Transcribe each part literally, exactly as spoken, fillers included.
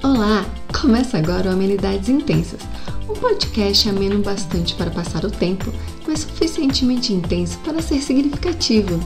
Olá! Começa agora o Amenidades Intensas, um podcast ameno bastante para passar o tempo, mas suficientemente intenso para ser significativo.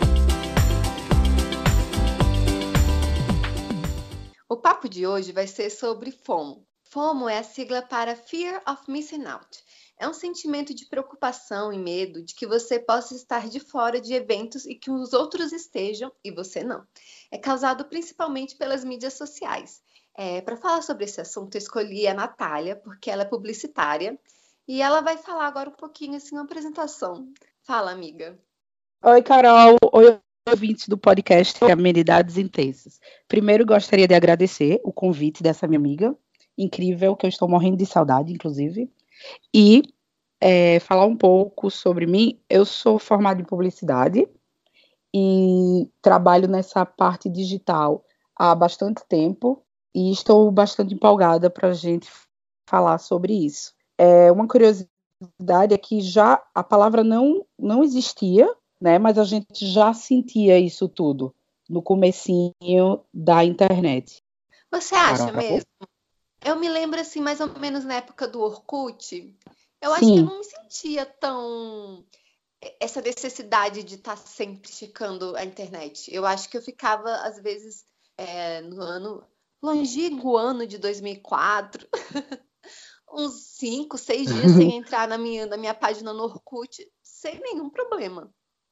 O papo de hoje vai ser sobre FOMO. FOMO é a sigla para Fear of Missing Out. É um sentimento de preocupação e medo de que você possa estar de fora de eventos e que os outros estejam e você não. É causado principalmente pelas mídias sociais. É, para falar sobre esse assunto, eu escolhi a Natália, porque ela é publicitária, e ela vai falar agora um pouquinho, assim, uma apresentação. Fala, amiga. Oi, Carol. Oi, ouvintes do podcast Amenidades Intensas. Primeiro, gostaria de agradecer o convite dessa minha amiga, incrível, que eu estou morrendo de saudade, inclusive, e é, falar um pouco sobre mim. Eu sou formada em publicidade e trabalho nessa parte digital há bastante tempo, e estou bastante empolgada para a gente falar sobre isso. É, uma curiosidade é que já a palavra não, não existia, né, mas a gente já sentia isso tudo no comecinho da internet. Você acha mesmo? Eu me lembro, assim, mais ou menos na época do Orkut. Eu acho que eu Sim. não me sentia tão... essa necessidade de estar sempre checando a internet. Eu acho que eu ficava, às vezes, é, no ano... longínquo ano de dois mil e quatro, uns cinco, seis dias sem entrar na minha, na minha página no Orkut, sem nenhum problema.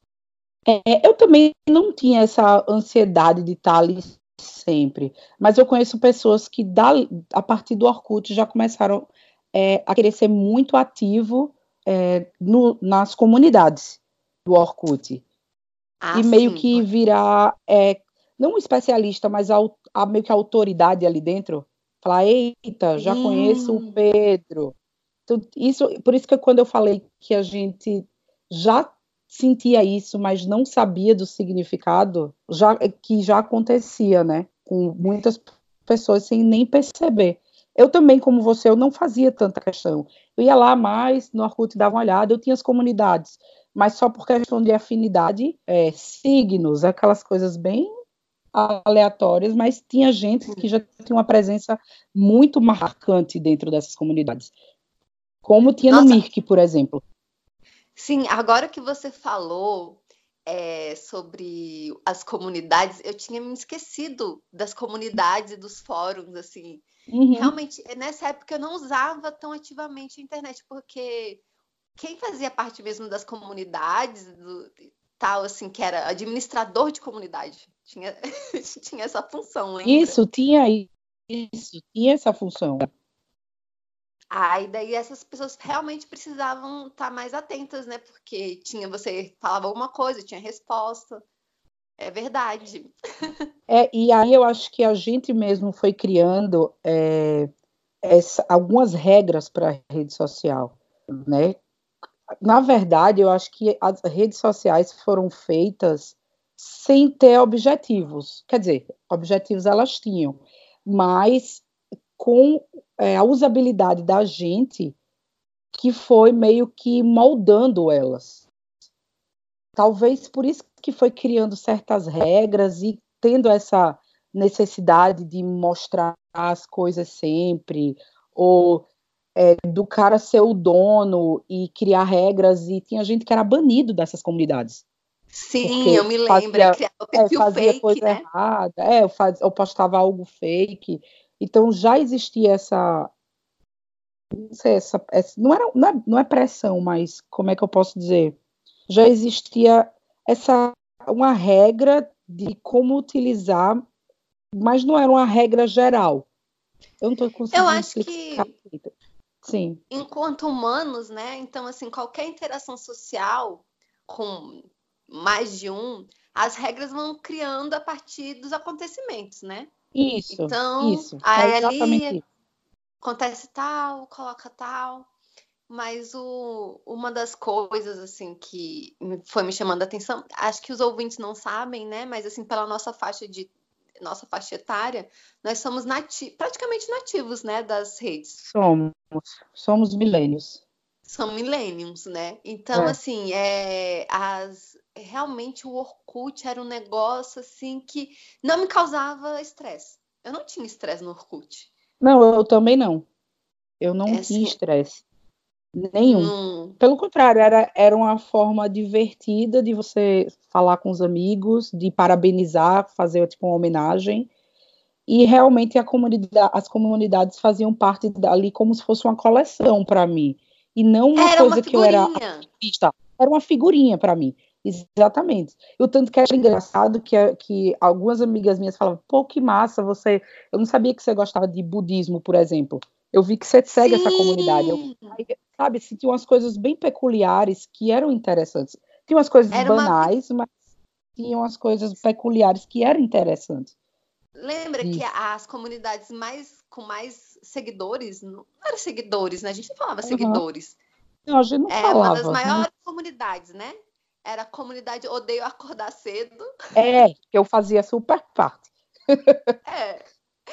É, eu também não tinha essa ansiedade de estar ali sempre, mas eu conheço pessoas que da, a partir do Orkut já começaram é, a querer ser muito ativo é, no, nas comunidades do Orkut. Ah, E meio sim. que virar, é, não um especialista, mas a, a, meio que a autoridade ali dentro. Falar, eita, já conheço o Sim. Pedro. Então, isso, por isso que quando eu falei que a gente já sentia isso, mas não sabia do significado, já, que já acontecia, né? Com muitas pessoas sem nem perceber. Eu também, como você, eu não fazia tanta questão. Eu ia lá mais, no Orkut dava uma olhada, eu tinha as comunidades, mas só por questão de afinidade, é, signos, aquelas coisas bem aleatórias, mas tinha gente que já tinha uma presença muito marcante dentro dessas comunidades. Como tinha no Nossa, Mirk, por exemplo. sim, agora que você falou é, sobre as comunidades, eu tinha me esquecido das comunidades e dos fóruns, assim. Uhum. Realmente, nessa época eu não usava tão ativamente a internet, porque quem fazia parte mesmo das comunidades, do, tal, assim, que era administrador de comunidade, tinha, tinha essa função, lembra? Isso, tinha isso, tinha essa função. Ah, e daí essas pessoas realmente precisavam estar mais atentas, né? Porque tinha, você falava alguma coisa, tinha resposta. É verdade. É, e aí eu acho que a gente mesmo foi criando é, essa, algumas regras para a rede social, né? Na verdade, eu acho que as redes sociais foram feitas sem ter objetivos. Quer dizer, objetivos elas tinham, mas com é, a usabilidade da gente que foi meio que moldando elas. Talvez por isso que foi criando certas regras e tendo essa necessidade de mostrar as coisas sempre, ou é, do cara ser o dono e criar regras, e tinha gente que era banido dessas comunidades, Sim, eu porque me lembro. É fazia, criar o é, perfil fazia fake, coisa né? errada, é, eu, faz, eu postava algo fake, então já existia essa, não sei, essa, essa não, era, não, é, não é pressão, mas como é que eu posso dizer? Já existia essa uma regra de como utilizar, mas não era uma regra geral. Eu não estou Eu conseguindo acho explicar. que, Sim, enquanto humanos, né? Então, assim, qualquer interação social com mais de um, as regras vão criando a partir dos acontecimentos, né? isso, Então, isso, é aí exatamente ali isso. acontece tal, coloca tal. Mas o, uma das coisas, assim, que foi me chamando a atenção, acho que os ouvintes não sabem, né? Mas, assim, pela nossa faixa de nossa faixa etária, nós somos nati praticamente nativos, né, das redes. Somos, somos milênios. São millenniums, né? Então, É. assim, é, as, realmente o Orkut era um negócio, assim, que não me causava estresse. Eu não tinha estresse no Orkut. Não, eu também não. Eu não É tinha assim, estresse nenhum. não... Pelo contrário, era, era uma forma divertida de você falar com os amigos, de parabenizar, fazer tipo uma homenagem. E realmente a comunidade, as comunidades faziam parte dali como se fosse uma coleção para mim. E não uma Era uma coisa que eu era figurinha. artista, era uma figurinha para mim. Exatamente. E o tanto que era engraçado que, que algumas amigas minhas falavam, pô, que massa, você. Eu não sabia que você gostava de budismo, por exemplo. Eu vi que você segue essa comunidade. Eu, Sim! sabe, assim, tinha umas coisas bem peculiares que eram interessantes. Tinha umas coisas Era uma... banais, mas tinha umas coisas peculiares que eram interessantes. Lembra que Isso. as comunidades mais com mais seguidores, não eram seguidores, né? A gente não falava Uhum. seguidores. Não, a gente não É uma das falava. maiores comunidades, né? Era a comunidade Odeio Acordar Cedo. É, que eu fazia super parte. É.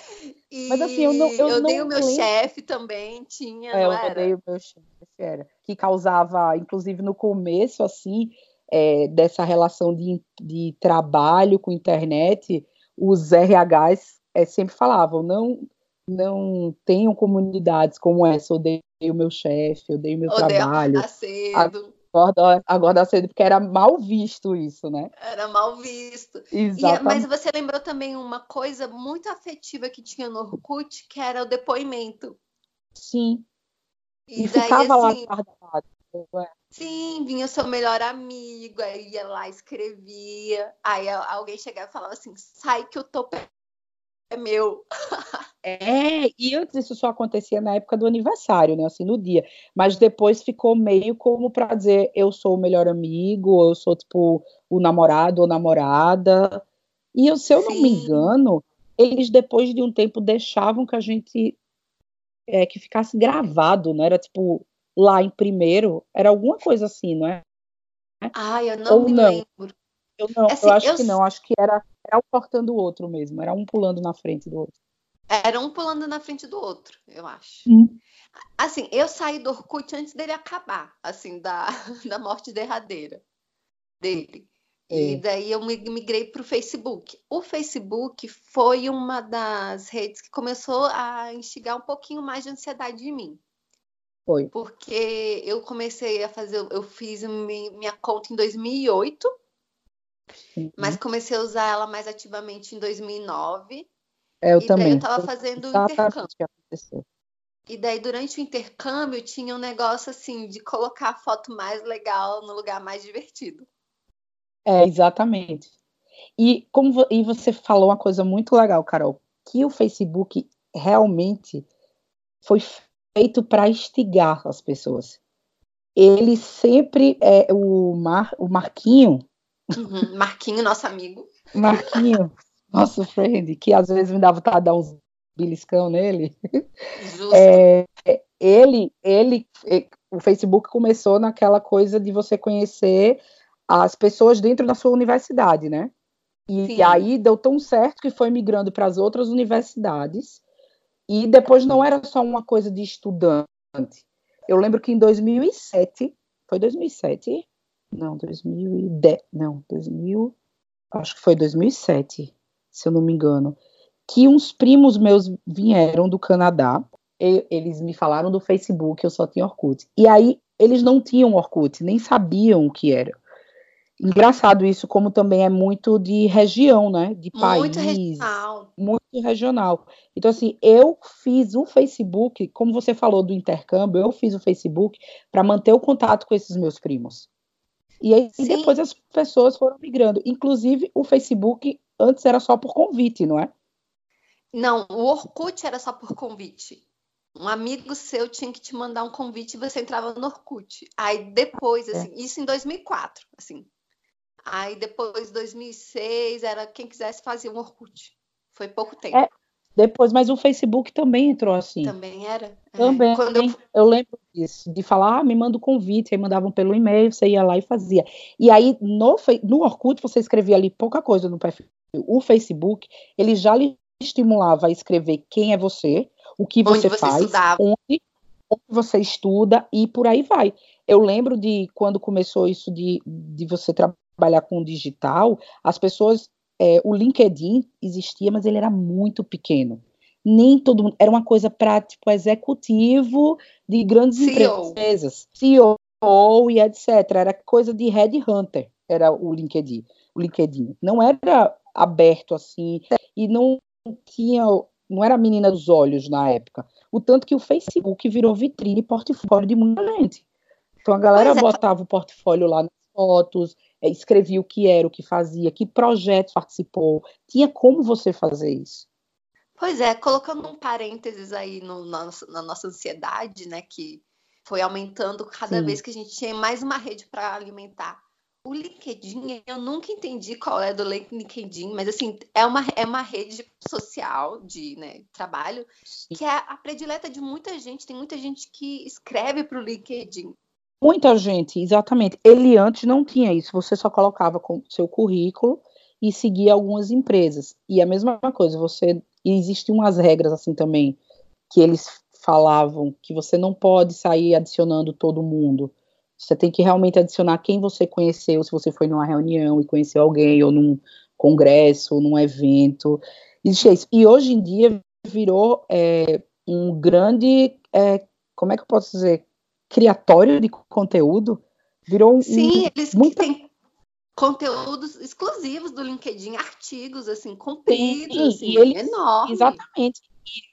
Mas assim, eu não, E eu eu não odeio meu lembro. chefe também, tinha, É, não eu era? odeio meu chefe, era. Que causava, inclusive no começo, assim, é, dessa relação de, de trabalho com internet, os R Hs é, sempre falavam, não, não tenham comunidades como essa, odeio meu chefe, odeio meu Odeio trabalho. acordar cedo. Agora, agora cedo, porque era mal visto isso, né? Era mal visto. E, mas Exatamente. você lembrou também uma coisa muito afetiva que tinha no Orkut, que era o depoimento. Sim. E E daí, ficava lá assim, guardado. sim, vinha o seu melhor amigo, aí ia lá, escrevia. Aí alguém chegava e falava assim: sai que o topo é meu. É, e antes isso só acontecia na época do aniversário, né? Assim, no dia. Mas depois ficou meio como para dizer eu sou o melhor amigo, ou eu sou tipo o namorado ou namorada. E eu, se eu não me Sim, engano, eles depois de um tempo deixavam que a gente é, que ficasse gravado, não era tipo lá em primeiro, era alguma coisa assim, não é? ai, eu não Ou me não? lembro. Eu não, eu Assim, acho eu que não, acho que era, era um cortando o outro mesmo, era um pulando na frente do outro. era um pulando na frente do outro, eu acho. Hum. Assim, eu saí do Orkut antes dele acabar, assim, da, da morte derradeira dele. E É, daí eu migrei para o Facebook. O Facebook foi uma das redes que começou a instigar um pouquinho mais de ansiedade em mim. foi. Porque eu comecei a fazer, eu fiz minha conta em dois mil e oito, mas Uhum. comecei a usar ela mais ativamente em dois mil e nove. É, eu E daí eu também. tava Foi fazendo o intercâmbio. exatamente o que aconteceu. E daí durante o intercâmbio tinha um negócio assim de colocar a foto mais legal no lugar mais divertido. É, exatamente. E como vo- e você falou uma coisa muito legal, Carol, que o Facebook realmente foi feito para instigar as pessoas. Ele sempre é o Mar, o Marquinho, Uhum. Marquinho, nosso amigo. Marquinho, nosso friend, que às vezes me dá vontade de dar uns beliscão nele. Justo. É, ele, ele, é, o Facebook começou naquela coisa de você conhecer as pessoas dentro da sua universidade, né? E Sim. aí deu tão certo que foi migrando para as outras universidades. E depois não era só uma coisa de estudante. Eu lembro que em dois mil e sete, foi dois mil e sete? Não, dois mil e dez, não, dois mil, acho que foi dois mil e sete, se eu não me engano, que uns primos meus vieram do Canadá, e, eles me falaram do Facebook, eu só tinha Orkut. E aí eles não tinham Orkut, nem sabiam o que era. Engraçado isso, como também é muito de região, né? De Muito país, regional. muito regional. Então, assim, eu fiz o Facebook, como você falou do intercâmbio, eu fiz o Facebook para manter o contato com esses meus primos. E aí Sim. depois as pessoas foram migrando. Inclusive, o Facebook antes era só por convite, não é? Não, o Orkut era só por convite. Um amigo seu tinha que te mandar um convite e você entrava no Orkut. Aí depois, É. assim, isso em dois mil e quatro, assim. Aí depois, dois mil e seis, era quem quisesse fazer um Orkut. Foi pouco tempo. É, depois, mas o Facebook também entrou assim. Também era. É. Também, Quando eu... eu lembro disso, de falar, ah, me manda o convite, aí mandavam pelo e-mail, você ia lá e fazia. E aí, no, no Orkut, você escrevia ali pouca coisa no perfil. O Facebook, ele já lhe estimulava a escrever quem é você, o que Onde você você faz, estudava. onde, onde você estuda e por aí vai. Eu lembro de quando começou isso de, de você trabalhar com digital, as pessoas, é, o LinkedIn existia, mas ele era muito pequeno. nem todo mundo, era uma coisa para tipo executivo de grandes C E O. empresas, C E O e etcétera. Era coisa de headhunter, era o LinkedIn, o LinkedIn. Não era aberto assim e não tinha, não era a menina dos olhos na época. O tanto que o Facebook virou vitrine e portfólio de muita gente. Então a galera Pois é. botava o portfólio lá nas fotos, escrevia o que era, o que fazia, que projetos participou. Tinha como você fazer isso. Pois é, colocando um parênteses aí no, na, na nossa ansiedade, né, que foi aumentando cada Sim. vez que a gente tinha mais uma rede para alimentar. O LinkedIn, eu nunca entendi qual é do LinkedIn, mas assim, é uma, é uma rede social de, né, trabalho que é a predileta de muita gente. Tem muita gente que escreve para o LinkedIn. Muita gente, exatamente. Ele antes não tinha isso, você só colocava com seu currículo e seguia algumas empresas. E a mesma coisa, você e existem umas regras assim também, que eles falavam que você não pode sair adicionando todo mundo. Você tem que realmente adicionar quem você conheceu, se você foi numa reunião e conheceu alguém, ou num congresso, ou num evento. Existe isso. E hoje em dia virou é, um grande, é, como é que eu posso dizer, criatório de conteúdo. Virou um... Sim, eles muita... têm conteúdos exclusivos do LinkedIn, artigos, assim, compridos, Sim, assim, e eles, enorme. Exatamente.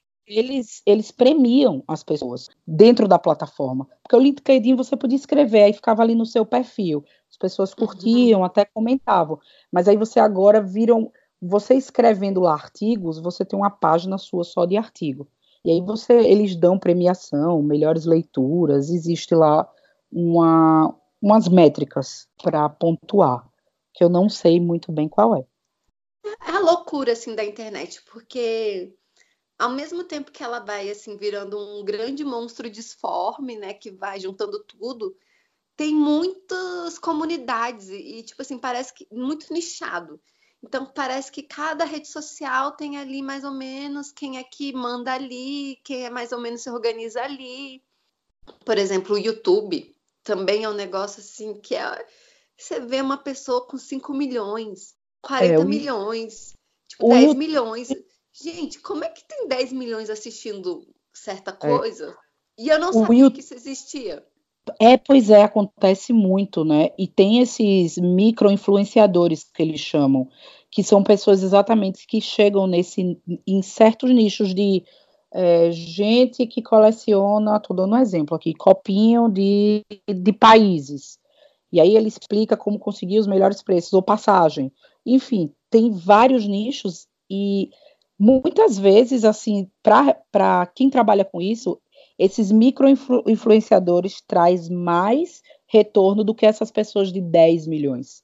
E eles, eles premiam as pessoas dentro da plataforma. Porque o LinkedIn você podia escrever, aí ficava ali no seu perfil. As pessoas curtiam, uhum. até comentavam. Mas aí você agora viram... Você escrevendo lá artigos, você tem uma página sua só de artigo. E aí você, eles dão premiação, melhores leituras, existe lá uma, umas métricas para pontuar, que eu não sei muito bem qual é. É a loucura, assim, da internet, porque ao mesmo tempo que ela vai, assim, virando um grande monstro disforme, né, que vai juntando tudo, tem muitas comunidades e, tipo assim, parece que muito nichado. Então, parece que cada rede social tem ali mais ou menos quem é que manda ali, quem é mais ou menos se organiza ali. Por exemplo, o YouTube também é um negócio assim que é... Você vê uma pessoa com cinco milhões, quarenta É, o, milhões, tipo, o dez YouTube, milhões. Gente, como é que tem dez milhões assistindo certa coisa? É, e eu não sabia YouTube, que isso existia. É, pois é, acontece muito, né? E tem esses micro-influenciadores que eles chamam, que são pessoas exatamente que chegam nesse, em certos nichos de é, gente que coleciona, estou dando um exemplo aqui, copinho de, de países. E aí ele explica como conseguir os melhores preços, ou passagem. Enfim, tem vários nichos e muitas vezes, assim, para quem trabalha com isso, esses micro-influenciadores traz mais retorno do que essas pessoas de dez milhões.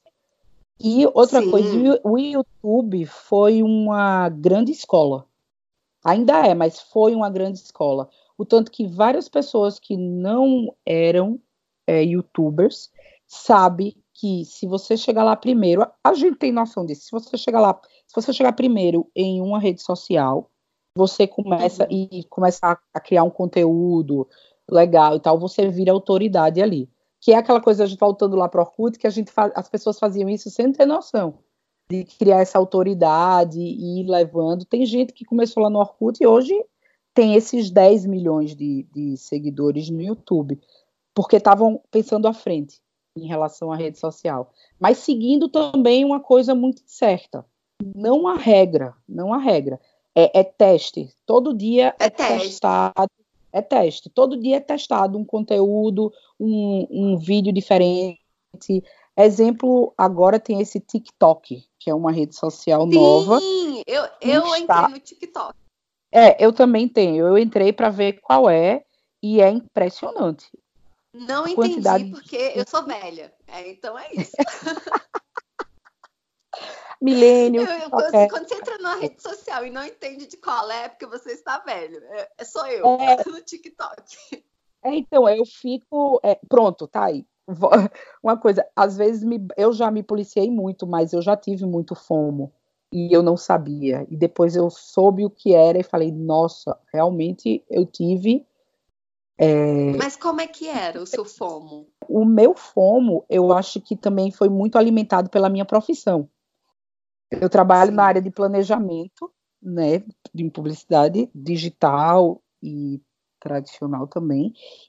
E outra Sim. coisa, o YouTube foi uma grande escola. Ainda é, mas foi uma grande escola. O tanto que várias pessoas que não eram é, youtubers sabem que se você chegar lá primeiro, a, a gente tem noção disso, se você chegar lá, se você chegar primeiro em uma rede social, você começa uhum. e começa a, a criar um conteúdo legal e tal, você vira autoridade ali. Que é aquela coisa, voltando lá para o Orkut, que a gente faz, as pessoas faziam isso sem ter noção de criar essa autoridade e ir levando. Tem gente que começou lá no Orkut e hoje tem esses dez milhões de, de seguidores no YouTube, porque estavam pensando à frente em relação à rede social. Mas seguindo também uma coisa muito certa. Não há regra, não há regra. É, é teste. Todo dia é, é testado. É teste. Todo dia é testado um conteúdo, um, um vídeo diferente. Exemplo, agora tem esse TikTok, que é uma rede social Sim, nova. Sim, eu, eu está... entrei no TikTok. É, eu também tenho. Eu entrei para ver qual é e é impressionante. Não entendi quantidade... porque eu sou velha. É, então é isso. Milênio. Quando, quando você entra numa rede social e não entende de qual é, é porque você está velho. É, é só eu é... no TikTok. É, então, eu fico... É, pronto, tá aí. Uma coisa, às vezes me, eu já me policiei muito, mas eu já tive muito FOMO e eu não sabia. E depois eu soube o que era e falei, nossa, realmente eu tive... É... Mas como é que era o seu FOMO? O meu FOMO, eu acho que também foi muito alimentado pela minha profissão. Eu trabalho Sim. na área de planejamento, né, de publicidade digital e tradicional também,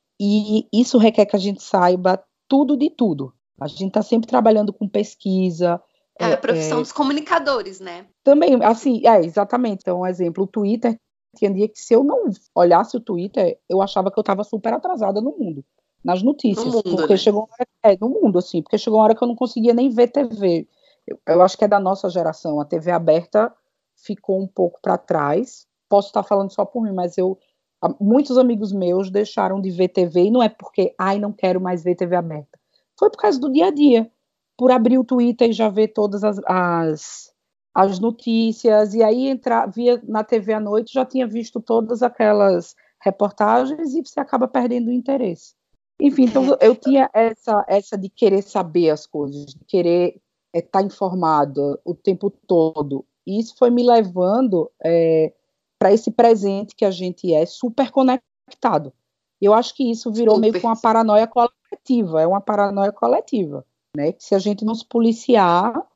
e isso requer que a gente saiba tudo de tudo. A gente está sempre trabalhando com pesquisa. É a profissão é, dos comunicadores, né? Também, assim, é, exatamente. Então, um exemplo, o Twitter, tinha dia que se eu não olhasse o Twitter, eu achava que eu estava super atrasada no mundo, nas No notícias, mundo, porque né? chegou uma hora, é, no mundo, assim, porque chegou uma hora que eu não conseguia nem ver T V. Eu, eu acho que é da nossa geração, a T V aberta ficou um pouco para trás. Posso estar falando só por mim, mas eu, muitos amigos meus deixaram de ver T V, e não é porque, ai, não quero mais ver T V aberta. Foi por causa do dia a dia, por abrir o Twitter e já ver todas as, as, as notícias, e aí entrar, via na T V à noite, já tinha visto todas aquelas reportagens e você acaba perdendo o interesse. Enfim, então É, eu tinha essa, essa de querer saber as coisas, de querer estar informado o tempo todo. E isso foi me levando é, para esse presente que a gente é super conectado. Eu acho que isso virou meio que super. uma paranoia coletiva, é uma paranoia coletiva, né? Que se a gente não se policiar,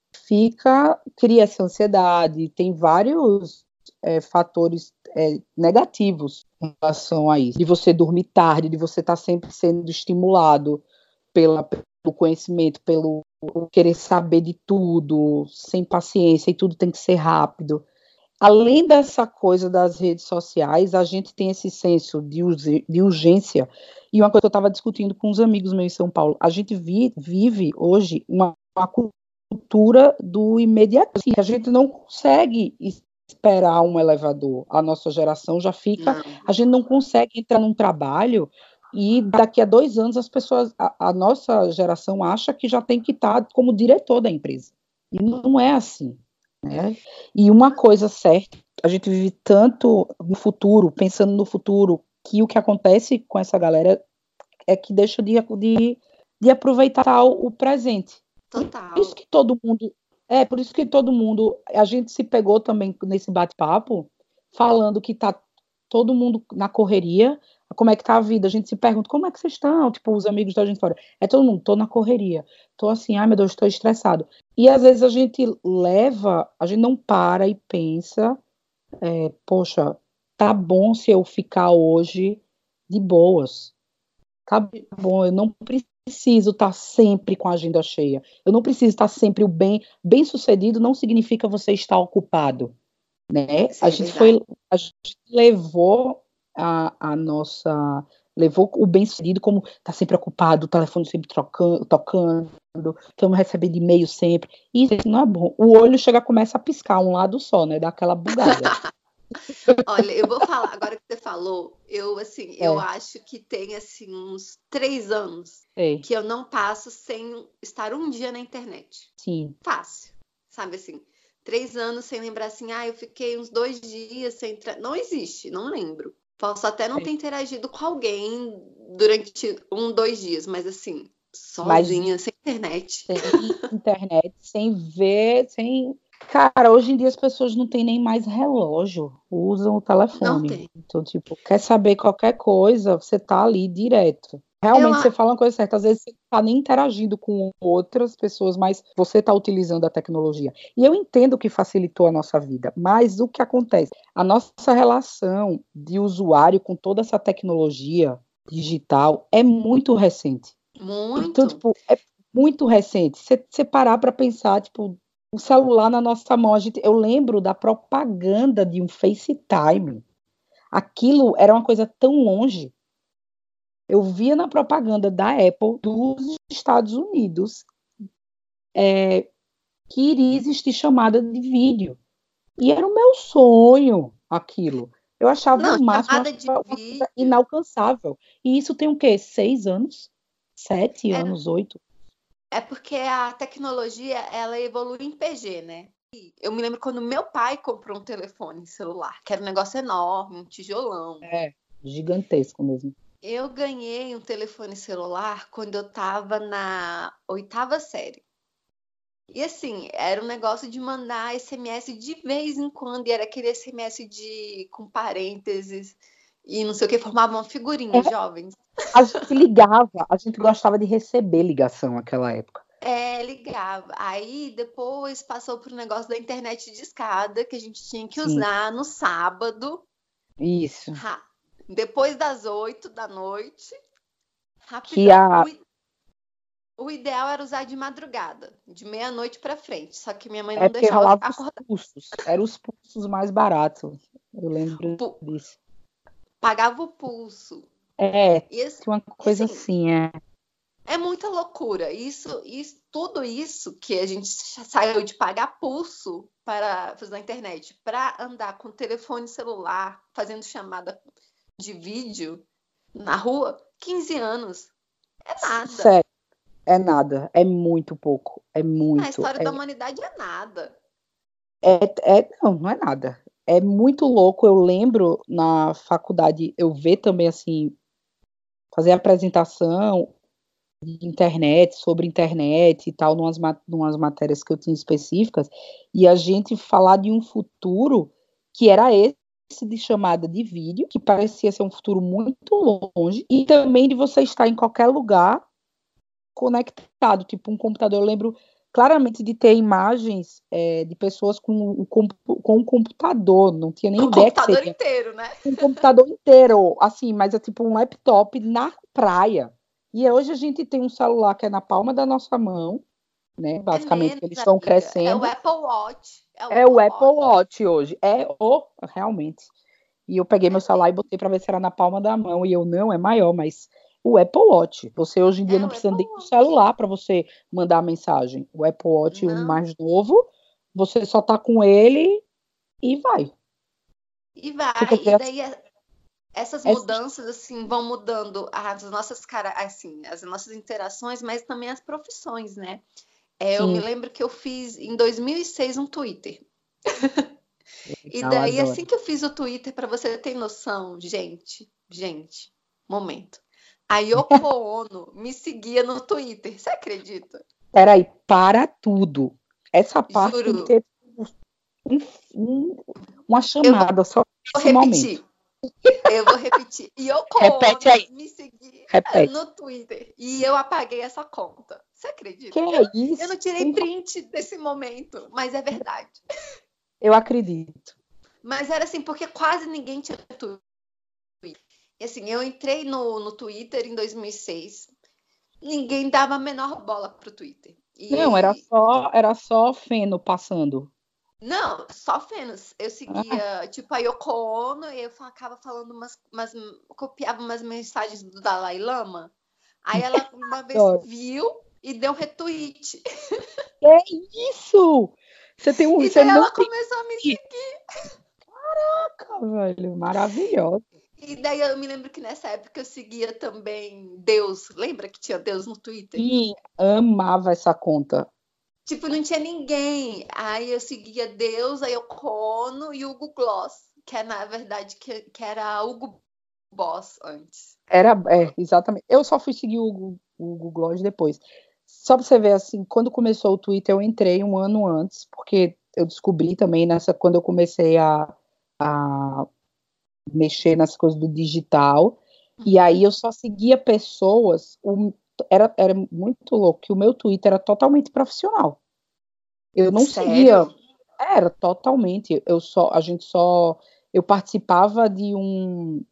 fica, cria essa ansiedade, tem vários é, fatores é, negativos em relação a isso, de você dormir tarde, de você estar sempre sendo estimulado pela, pelo conhecimento, pelo querer saber de tudo, sem paciência, e tudo tem que ser rápido. Além dessa coisa das redes sociais, a gente tem esse senso de, de urgência, e uma coisa que eu estava discutindo com uns amigos meus em São Paulo, a gente vi, vive hoje uma, uma cultura do imediatismo. A gente não consegue esperar um elevador. A nossa geração já fica... Não. A gente não consegue entrar num trabalho e daqui a dois anos as pessoas... A, a nossa geração acha que já tem que estar como diretor da empresa. E não é assim, né? E uma coisa certa, a gente vive tanto no futuro, pensando no futuro, que o que acontece com essa galera é que deixa de, de, de aproveitar o, o presente. Total. Por isso que todo mundo, é, por isso que todo mundo, a gente se pegou também nesse bate-papo, falando que tá todo mundo na correria, como é que tá a vida? A gente se pergunta, como é que vocês estão? Tipo, os amigos da gente fora. É todo mundo, tô na correria, tô assim, ai meu Deus, tô estressado. E às vezes a gente leva, a gente não para e pensa, é, poxa, tá bom se eu ficar hoje de boas. Tá bom, eu não preciso estar sempre com a agenda cheia. Eu não preciso estar sempre o bem, bem sucedido não significa você estar ocupado, né? Isso A é gente verdade. foi, a gente levou a, a nossa, levou o bem sucedido como tá sempre ocupado, o telefone sempre trocando, tocando, estamos recebendo e-mail sempre. Isso não é bom. O olho chega, começa a piscar um lado só, né? Dá aquela bugada. Olha, eu vou falar, agora que você falou, eu assim, eu É, acho que tem assim uns três anos sei, que eu não passo sem estar um dia na internet. sim. Fácil, sabe assim? Três anos sem lembrar assim, ah, eu fiquei uns dois dias sem entrar. Não existe, não lembro. Posso até não É. ter interagido com alguém durante um, dois dias, mas assim, Mas sozinha, sem internet. sem internet, sem ver, sem. Cara, hoje em dia as pessoas não têm nem mais relógio, usam o Não telefone. tem. Então, tipo, quer saber qualquer coisa, você tá ali direto. Eu, Realmente, você fala uma coisa certa, às vezes você não tá nem interagindo com outras pessoas, mas você tá utilizando a tecnologia. E eu entendo que facilitou a nossa vida, mas o que acontece? A nossa relação de usuário com toda essa tecnologia digital é muito recente. Então, muito. tipo, é muito recente. Você você parar para pensar, tipo, o celular na nossa mão. A gente, eu lembro da propaganda de um FaceTime. Aquilo era uma coisa tão longe. Eu via na propaganda da Apple dos Estados Unidos é, que iria existir chamada de vídeo. E era o meu sonho aquilo. Eu achava Não, o máximo, eu chamada de achava uma coisa vídeo. inalcançável. E isso tem o quê? Seis anos? Sete Era, anos? Oito? é porque a tecnologia, ela evolui em P G, né? Eu me lembro quando meu pai comprou um telefone celular, que era um negócio enorme, um tijolão. É, gigantesco mesmo. Eu ganhei um telefone celular quando eu tava na oitava série. E assim, era um negócio de mandar S M S de vez em quando, e era aquele S M S de com parênteses e não sei o que, formava uma figurinha, É, jovens. a gente ligava, a gente gostava de receber ligação naquela época. É, ligava. Aí depois passou pro negócio da internet de escada, que a gente tinha que Sim, usar no sábado, isso. ra- depois das oito da noite, Que rapidão. a, O, i- o ideal era usar de madrugada, de meia-noite pra frente. Só que minha mãe é não porque deixava rolava ficar os acordada. pulsos, eram os pulsos mais baratos. Eu lembro Pu- disso. Pagava o pulso. É, E, as- tinha uma e coisa assim, assim, é. é muita loucura. Isso, isso, tudo isso que a gente saiu de pagar pulso para fazer na internet, para andar com telefone celular, fazendo chamada de vídeo na rua, quinze anos. É nada. Sério, é nada, é muito pouco, é Na muito. história É, da humanidade é nada. é, é, não, não é nada. É muito louco. Eu lembro na faculdade, eu ver também assim, fazer apresentação de internet, sobre internet e tal, numas, ma- numas matérias que eu tinha específicas, e a gente falar de um futuro que era esse de chamada de vídeo, que parecia ser um futuro muito longe, e também de você estar em qualquer lugar conectado, tipo um computador. Eu lembro claramente de ter imagens é, de pessoas com o, com o computador, não tinha nem Com o ideia que computador seria inteiro, né? um computador inteiro, assim, mas é tipo um laptop na praia. E hoje a gente tem um celular que é na palma da nossa mão, né? É Basicamente, menos, eles estão amiga. É o crescendo. Apple Watch. É o É Apple o Apple Watch. Watch hoje. É o, realmente. E eu peguei É meu celular e menos. botei para ver se era na palma da mão. E eu, não, é maior, mas o Apple Watch. Você hoje em dia É não o precisa Apple nem do Watch. celular para você mandar a mensagem. O Apple Watch, o Não. mais novo, você só tá com ele e vai. E Você quer vai. E dizer, daí essas essa, mudanças assim vão mudando as nossas cara assim as nossas interações, mas também as profissões, né? É, eu me sim, lembro que eu fiz em dois mil e seis um Twitter. E legal, daí adoro. assim que eu fiz o Twitter, para você ter noção, gente, gente, momento. A Yoko Ono me seguia no Twitter. Você acredita? Peraí, para tudo. Essa parte tem que Juro. ter um- um- uma Eu vou chamada só nesse momento. repetir. Eu vou repetir. Yoko Repete Ono aí, me seguia repete. no Twitter e eu apaguei essa conta. Você Que acredita? Eu, é eu não isso? tirei Tem- print desse momento, mas é verdade. Eu acredito. Mas era assim, porque quase ninguém tinha Twitter. E assim, eu entrei no, no Twitter em dois mil e seis, ninguém dava a menor bola pro Twitter. Não, era E só, era só feno passando. não, só Fenos. Eu Ah, seguia, tipo, a Yoko Ono e eu acaba falando umas, umas, copiava umas mensagens do Dalai Lama. Aí ela uma vez adoro. viu e deu retweet. Que é isso? Você tem um, E você daí não ela tem começou a me que, seguir. velho, maravilhoso. E daí eu me lembro que nessa época eu seguia também Deus. Lembra que tinha Deus no Twitter? E amava essa conta. Tipo, não tinha ninguém. Aí eu seguia Deus, a Yoko Ono e o Hugo Gloss, que é na verdade que, que era Hugo Boss antes. Era, é, exatamente. Eu só fui seguir o, Gu- o Google Gloss depois. Só pra você ver, assim, quando começou o Twitter, eu entrei um ano antes, porque eu descobri também nessa, quando eu comecei a, a mexer nas coisas do digital, e aí eu só seguia pessoas, o- era, era muito louco, que o meu Twitter era totalmente profissional. Eu não seguia, Sério? era totalmente, eu só, a gente só, eu participava de um,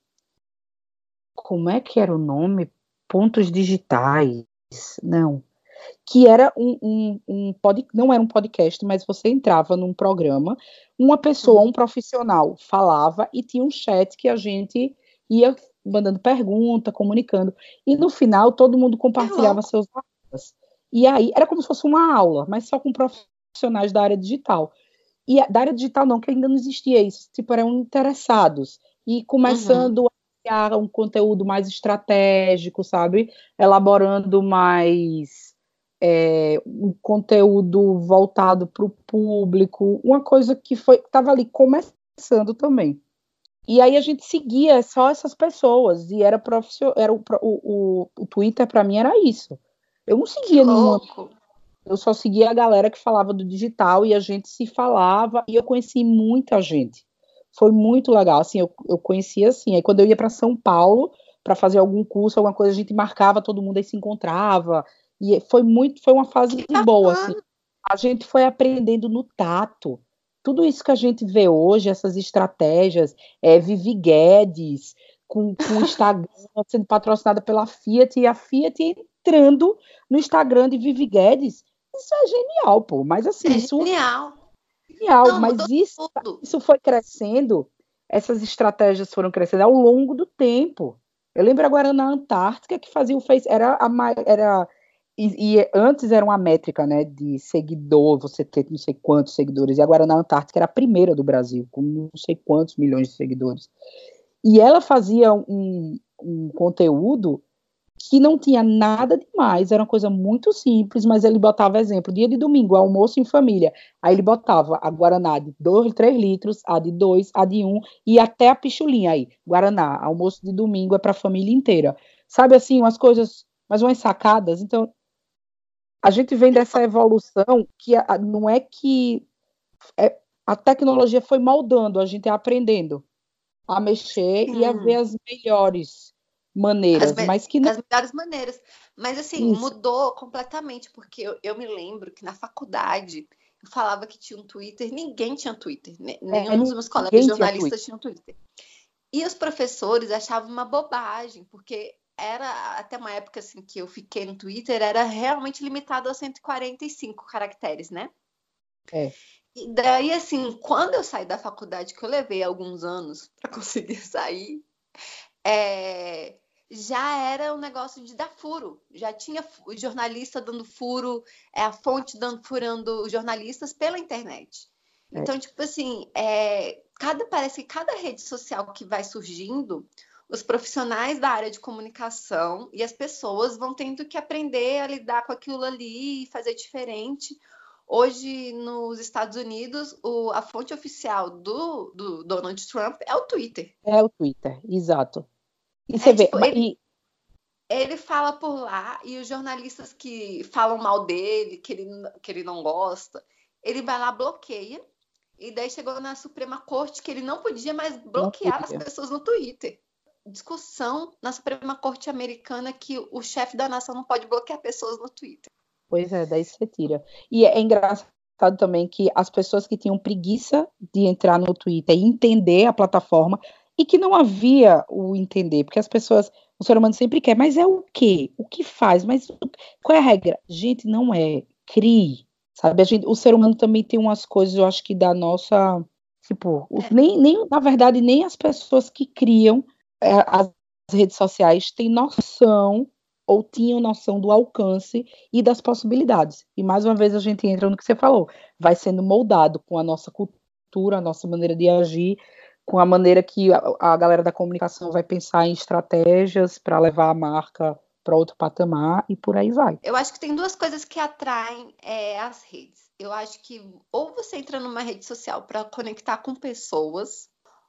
como é que era o nome? Pontos digitais, não, que era um, um, um pod, não era um podcast, mas você entrava num programa, uma pessoa, um Uhum. profissional falava e tinha um chat que a gente ia mandando pergunta, comunicando, e no final todo mundo Que compartilhava louco. seus dados. E aí era como se fosse uma aula, mas só com profissionais da área digital. E a, da área digital não, que ainda não existia isso, tipo, eram interessados, e Uhum. começando a criar um conteúdo mais estratégico, sabe? Elaborando mais é, um conteúdo voltado para o público, uma coisa que foi estava ali começando também. E aí a gente seguia só essas pessoas, e era profissional, era o, o, o, o Twitter para mim era isso. Eu não Que seguia nenhuma, louco. eu só seguia a galera que falava do digital e a gente se falava e eu conheci muita gente. Foi muito legal, assim, eu, eu conhecia assim, aí quando eu ia para São Paulo para fazer algum curso, alguma coisa, a gente marcava todo mundo aí se encontrava E foi muito, foi uma fase Que boa, assim. bacana. A gente foi aprendendo no tato. Tudo isso que a gente vê hoje, essas estratégias, é, Vivi Guedes, com, com o Instagram sendo patrocinada pela Fiat, e a Fiat entrando no Instagram de Vivi Guedes, isso é genial, pô. Mas assim, É isso genial. é genial, Não, mas mudou isso, tudo. isso foi crescendo, essas estratégias foram crescendo ao longo do tempo. Eu lembro agora na Antártica que fazia o Face, era a mai- era e, e antes era uma métrica, né, de seguidor, você ter não sei quantos seguidores, e agora na Antártica era a primeira do Brasil, com não sei quantos milhões de seguidores. E ela fazia um, um conteúdo que não tinha nada demais, era uma coisa muito simples, mas ele botava exemplo, dia de domingo, almoço em família, aí ele botava a Guaraná de dois, três litros, a de dois, a de um, e até a pichulinha aí, Guaraná, almoço de domingo é para a família inteira. Sabe assim, umas coisas, mas umas sacadas, então a gente vem dessa evolução que a, não é que é, a tecnologia foi moldando, a gente é aprendendo a mexer e a ver Sim, as melhores as, maneiras, me- mas que não as melhores maneiras. Mas assim, isso. mudou completamente, porque eu, eu me lembro que na faculdade eu falava que tinha um Twitter, ninguém tinha Twitter, ne- É, nenhum dos meus colegas ninguém tinha Twitter. jornalistas tinham Twitter. E os professores achavam uma bobagem, porque era até uma época assim que eu fiquei no Twitter, era realmente limitado a cento e quarenta e cinco caracteres, né? É, E daí, assim, quando eu saí da faculdade, que eu levei alguns anos para conseguir sair, é, já era um negócio de dar furo. Já tinha o jornalista dando furo, é, a fonte dando furando os jornalistas pela internet. é. Então, tipo assim, é, cada, parece que cada rede social que vai surgindo, os profissionais da área de comunicação e as pessoas vão tendo que aprender a lidar com aquilo ali e fazer diferente. Hoje, nos Estados Unidos, o, a fonte oficial do, do Donald Trump é o Twitter. É o Twitter, exato. E você É vê, tipo, ma- ele e ele fala por lá e os jornalistas que falam mal dele, que ele, que ele não gosta, ele vai lá, bloqueia. E daí chegou na Suprema Corte que ele não podia mais não bloquear as podia. pessoas no Twitter. Discussão na Suprema Corte americana que o chefe da nação não pode bloquear pessoas no Twitter. Pois é, daí você tira. E é engraçado também que as pessoas que tinham preguiça de entrar no Twitter e entender a plataforma, e que não havia o entender, porque as pessoas, o ser humano sempre quer, mas é o quê? O que faz? Mas qual é a regra? Gente, não é. Crie, sabe? A gente, o ser humano também tem umas coisas, eu acho que da nossa, tipo, os- É, nem, nem, na verdade, nem as pessoas que criam é, as redes sociais têm noção ou tinham noção do alcance e das possibilidades. E mais uma vez a gente entra no que você falou, vai sendo moldado com a nossa cultura, a nossa maneira de agir, com a maneira que a, a galera da comunicação vai pensar em estratégias para levar a marca para outro patamar e por aí vai. eu acho que tem duas coisas que atraem é, as redes. Eu acho que ou você entra numa rede social para conectar com pessoas,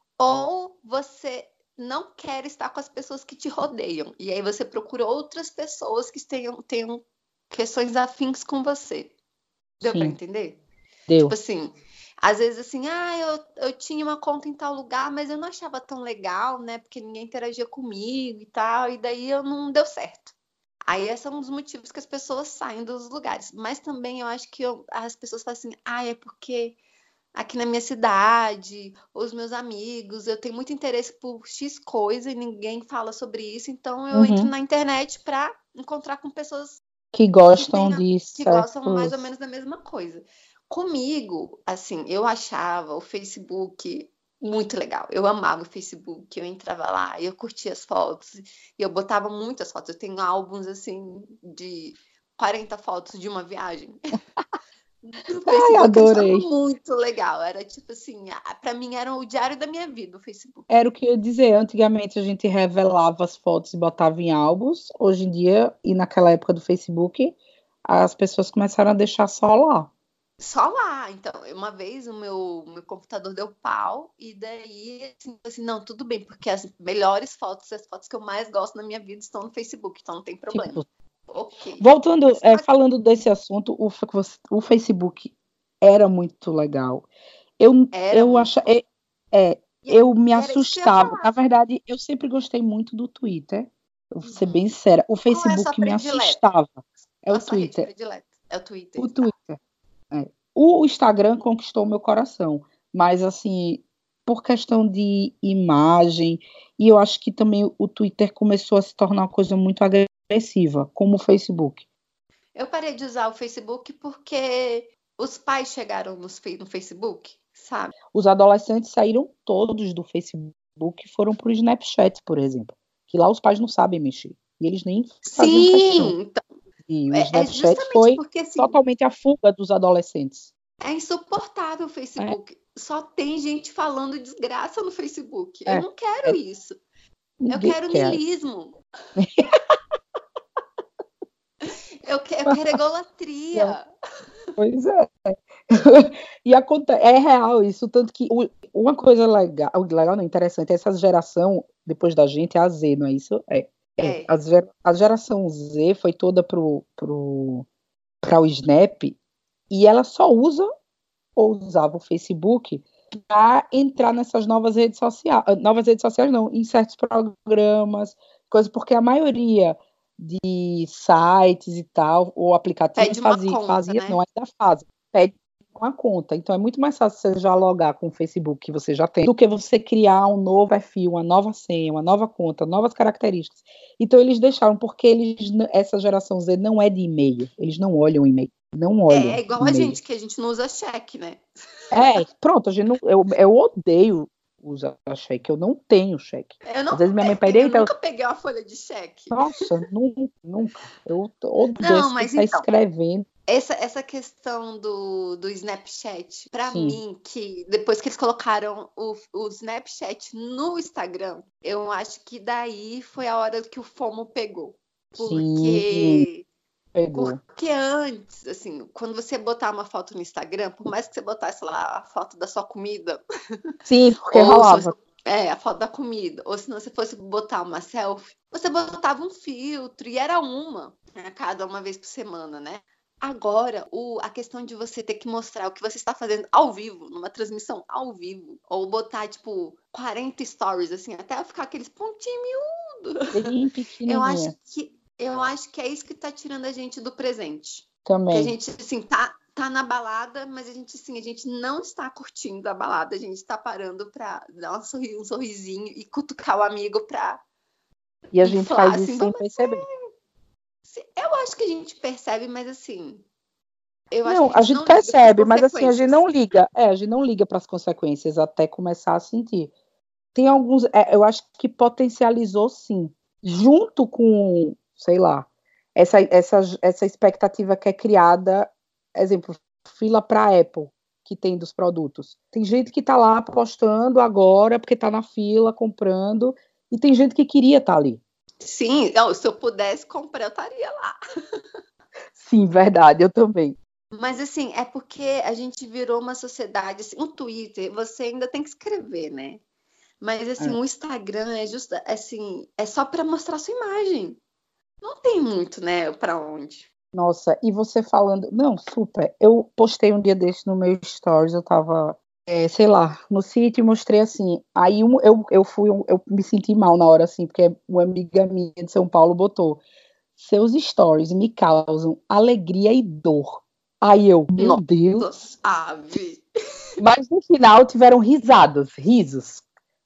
ou você não quer estar com as pessoas que te rodeiam. E aí você procura outras pessoas que tenham, tenham questões afins com você. Deu para Sim, entender? Tipo deu. assim, às vezes assim, ah, eu, eu tinha uma conta em tal lugar, mas eu não achava tão legal, né? Porque ninguém interagia comigo e tal, e daí eu não deu certo. Aí esse é um dos motivos que as pessoas saem dos lugares. Mas também eu acho que eu- as pessoas falam assim, ah, é porque aqui na minha cidade, os meus amigos, eu tenho muito interesse por X coisa e ninguém fala sobre isso, então eu entro Uhum. na internet para encontrar com pessoas Que que gostam tenham, de que gostam mais ou certos. menos da mesma coisa. Comigo, assim, eu achava o Facebook muito legal. Eu amava o Facebook, eu entrava lá, eu curtia as fotos, e eu botava muitas fotos. Eu tenho álbuns assim de quarenta fotos de uma viagem do Ai, Facebook, eu achava adorei. muito legal. Era tipo assim, ah, pra mim era o diário da minha vida, o Facebook. Era o que eu ia dizer. Antigamente a gente revelava as fotos e botava em álbuns. Hoje em dia, e naquela época do Facebook, as pessoas começaram a deixar só lá. Só lá. Então, uma vez o meu, meu computador deu pau, e daí, assim, assim, não, tudo bem, porque as melhores fotos, as fotos que eu mais gosto na minha vida estão no Facebook, então não tem problema. Tipo, Ok. voltando, Só é, que falando desse assunto, o, fa- o Facebook era muito legal. Eu, era eu muito acha, bom. é, é, E, eu me e era isso que eu ia assustava. Na falar. verdade, eu sempre gostei muito do Twitter. Eu vou ser bem Uhum. sincera. O Qual é a sua Facebook me predileta? assustava. É o Nossa rede Twitter. predileta. É o Twitter. O Twitter. É. O Instagram conquistou meu coração, mas assim, por questão de imagem, e eu acho que também o Twitter começou a se tornar uma coisa muito agressiva, como o Facebook. Eu parei de usar o Facebook porque os pais chegaram no Facebook, sabe? Os adolescentes saíram todos do Facebook e foram para o Snapchat, por exemplo, que lá os pais não sabem mexer, e eles nem faziam questão. Sim, então, E o é, é Snapchat justamente foi porque assim, totalmente a fuga dos adolescentes. é insuportável o Facebook. É. Só tem gente falando desgraça no Facebook. É, Eu não quero é, isso. Eu quero quer. niilismo. eu, que, eu quero egolatria. Pois é. E acontece, é real isso, tanto que uma coisa legal, legal não, interessante, essa geração, depois da gente, é a Z, não é isso? É. é. é. A, ger, a geração Z foi toda pro, pro, para o Snap, e ela só usa ou usava o Facebook para entrar nessas novas redes sociais, novas redes sociais não, em certos programas, coisas, porque a maioria de sites e tal, ou aplicativos fazia, conta, fazia né? Não ainda fazem, pede uma conta, então é muito mais fácil você já logar com o Facebook que você já tem, do que você criar um novo perfil, uma nova senha, uma nova conta, novas características. Então eles deixaram, porque eles, essa geração Z não é de e-mail, eles não olham e-mail. Não olham. É igual e-mail. A gente, que a gente não usa cheque, né? É, pronto, a gente não, eu, eu odeio usar cheque, eu não tenho cheque. Eu não Às vezes minha mãe pede, eu então... nunca peguei uma folha de cheque. Nossa, nunca, nunca. Eu odeio não, mas ficar então, escrevendo. Essa, essa questão do, do Snapchat, pra Sim. mim, que depois que eles colocaram o, o Snapchat no Instagram, eu acho que daí foi a hora que o FOMO pegou. Porque... Sim. Pegou. Porque antes, assim, quando você botar uma foto no Instagram, por mais que você botasse lá a foto da sua comida... Sim, porque rolava. É, a foto da comida. Ou se não, você fosse botar uma selfie, você botava um filtro, e era uma, a cada uma vez por semana, né? Agora, o, a questão de você ter que mostrar o que você está fazendo ao vivo, numa transmissão ao vivo, ou botar, tipo, quarenta stories, assim, até ficar aqueles pontinhos miúdos. Bem pequenininha. Eu acho que Eu acho que é isso que tá tirando a gente do presente. Também. Que a gente, assim, tá, tá na balada, mas a gente, assim, a gente não está curtindo a balada. A gente tá parando pra dar um, sorri, um sorrisinho e cutucar o amigo pra... E a gente faz isso assim, sem perceber. Eu acho que a gente percebe, mas assim... Eu não, acho que a gente, a gente percebe, mas assim, a gente não liga. É, a gente não liga para as consequências até começar a sentir. Tem alguns... É, eu acho que potencializou, sim. Junto com... sei lá, essa, essa, essa expectativa que é criada, exemplo, fila para Apple, que tem dos produtos. Tem gente que está lá apostando agora, porque está na fila, comprando, e tem gente que queria estar tá ali. Sim, não, se eu pudesse comprar, eu estaria lá. Sim, verdade, eu também. Mas assim, é porque a gente virou uma sociedade, assim, o Twitter, você ainda tem que escrever, né? Mas assim, é. o Instagram é justo, assim, é só para mostrar sua imagem. Não tem muito, né, pra onde. Nossa, e você falando... Não, super. Eu postei um dia desse no meu stories, eu tava, é, sei lá, no sítio e mostrei assim. Aí um, eu, eu fui, eu me senti mal na hora, assim, porque uma amiga minha de São Paulo botou: seus stories me causam alegria e dor. Aí eu, meu Nossa, Deus. Ave. Mas no final tiveram risadas, risos.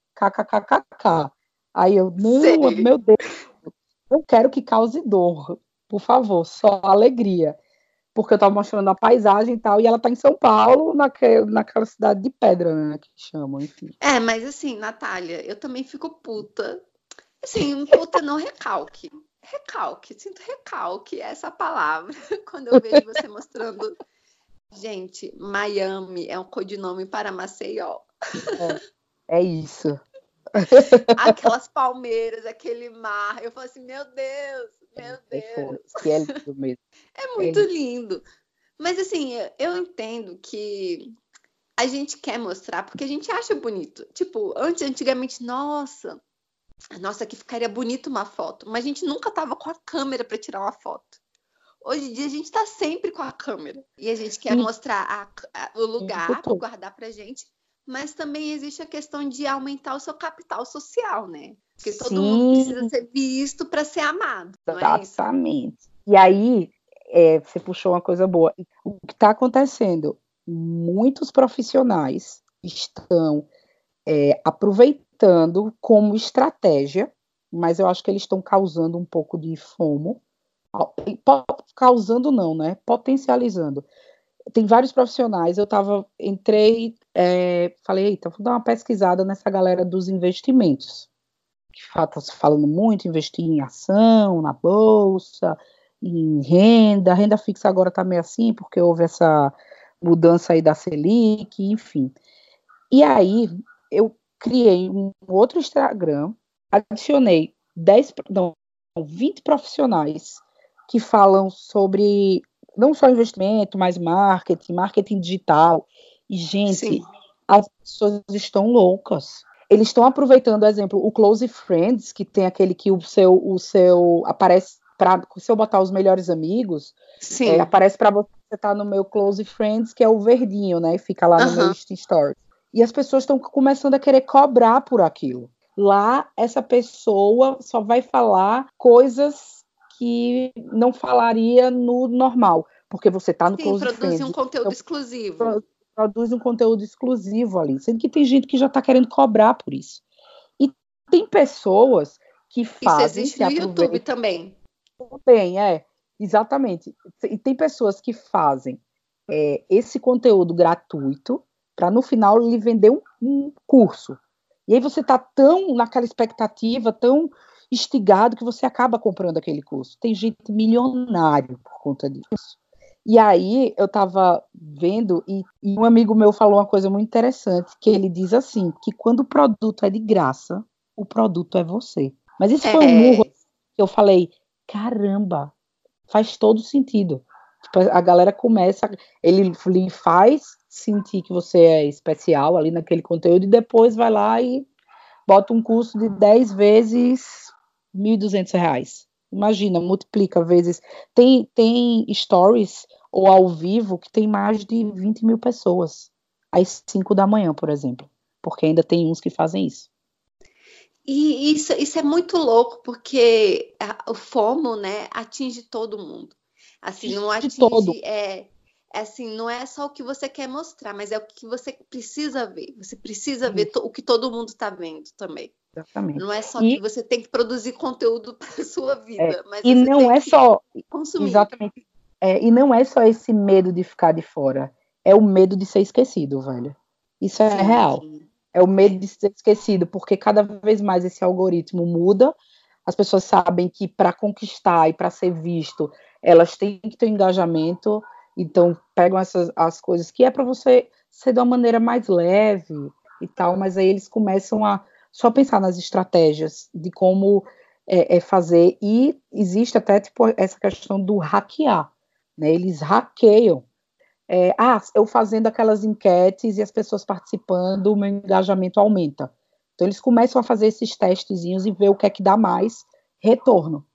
Kkkk. Aí eu, não, Sei. meu Deus. Eu quero que cause dor, por favor, só alegria. Porque eu tava mostrando a paisagem e tal, e ela tá em São Paulo, naquele, naquela cidade de pedra, né, que chamam, enfim. É, mas assim, Natália, eu também fico puta. Assim, puta não recalque. Recalque, sinto recalque, essa palavra, quando eu vejo você mostrando... Gente, Miami é um codinome para Maceió. É, é isso. Aquelas palmeiras, aquele mar. Eu falo assim, meu Deus, meu Deus. Que é lindo mesmo. É muito é lindo. Mas assim, eu entendo que a gente quer mostrar porque a gente acha bonito. Tipo, antes, antigamente, nossa, nossa, que ficaria bonito uma foto. Mas a gente nunca tava com a câmera para tirar uma foto. Hoje em dia a gente tá sempre com a câmera. E a gente quer Sim. mostrar a, a, o lugar para guardar pra gente. Mas também existe a questão de aumentar o seu capital social, né? Porque todo Sim. mundo precisa ser visto para ser amado. Não Exatamente. É isso? E aí, é, você puxou uma coisa boa. O que está acontecendo? Muitos profissionais estão é, aproveitando como estratégia, mas eu acho que eles estão causando um pouco de FOMO. Causando não, né? Potencializando. Tem vários profissionais, eu tava, entrei, é, falei, eita, vou dar uma pesquisada nessa galera dos investimentos, que está se falando muito, investir em ação, na bolsa, em renda, renda fixa agora tá meio assim, porque houve essa mudança aí da Selic, enfim. E aí, eu criei um outro Instagram, adicionei dez, não, vinte profissionais que falam sobre não só investimento, mas marketing, marketing digital. E, gente, Sim. as pessoas estão loucas. Eles estão aproveitando, por exemplo, o Close Friends, que tem aquele que o seu, o seu aparece para se eu botar os melhores amigos, é, aparece para você estar tá no meu Close Friends, que é o verdinho, né? Fica lá no uh-huh. meu Insta Stories. E as pessoas estão começando a querer cobrar por aquilo. Lá, essa pessoa só vai falar coisas que não falaria no normal, porque você está no Sim, Close produzir Friends. um conteúdo então, exclusivo. Pro, produz um conteúdo exclusivo ali, sendo que tem gente que já está querendo cobrar por isso. E tem pessoas que fazem... Isso existe no YouTube também. Também, é, exatamente. E tem pessoas que fazem é, esse conteúdo gratuito para no final lhe vender um, um curso. E aí você está tão naquela expectativa, tão instigado, que você acaba comprando aquele curso. Tem gente milionário por conta disso. E aí eu estava vendo, e, e um amigo meu falou uma coisa muito interessante, que ele diz assim, que quando o produto é de graça, o produto é você. Mas isso é... foi um murro que eu falei, caramba, faz todo sentido. Tipo, a galera começa, ele lhe faz sentir que você é especial ali naquele conteúdo e depois vai lá e bota um curso de dez vezes mil e duzentos reais. Imagina, multiplica vezes. Tem, tem stories ou ao vivo que tem mais de vinte mil pessoas às cinco da manhã, por exemplo. Porque ainda tem uns que fazem isso. E isso, isso é muito louco, porque a, o FOMO, né, atinge todo mundo. Assim, não atinge, todo. É, é assim, não é só o que você quer mostrar, mas é o que você precisa ver. Você precisa ver to, o que todo mundo está vendo também. Exatamente. Não é só e, que você tem que produzir conteúdo para a sua vida, é, mas e você não tem é que só, consumir. Exatamente. É, e não é só esse medo de ficar de fora, é o medo de ser esquecido, velho. Isso é sim, real. Sim. É o medo é. de ser esquecido, porque cada vez mais esse algoritmo muda, as pessoas sabem que para conquistar e para ser visto, elas têm que ter engajamento, então pegam essas as coisas que é para você ser de uma maneira mais leve e tal, mas aí eles começam a só pensar nas estratégias de como é, é fazer, e existe até tipo essa questão do hackear, né? Eles hackeiam. É, ah, eu fazendo aquelas enquetes e as pessoas participando, o meu engajamento aumenta. Então, eles começam a fazer esses testezinhos e ver o que é que dá mais retorno.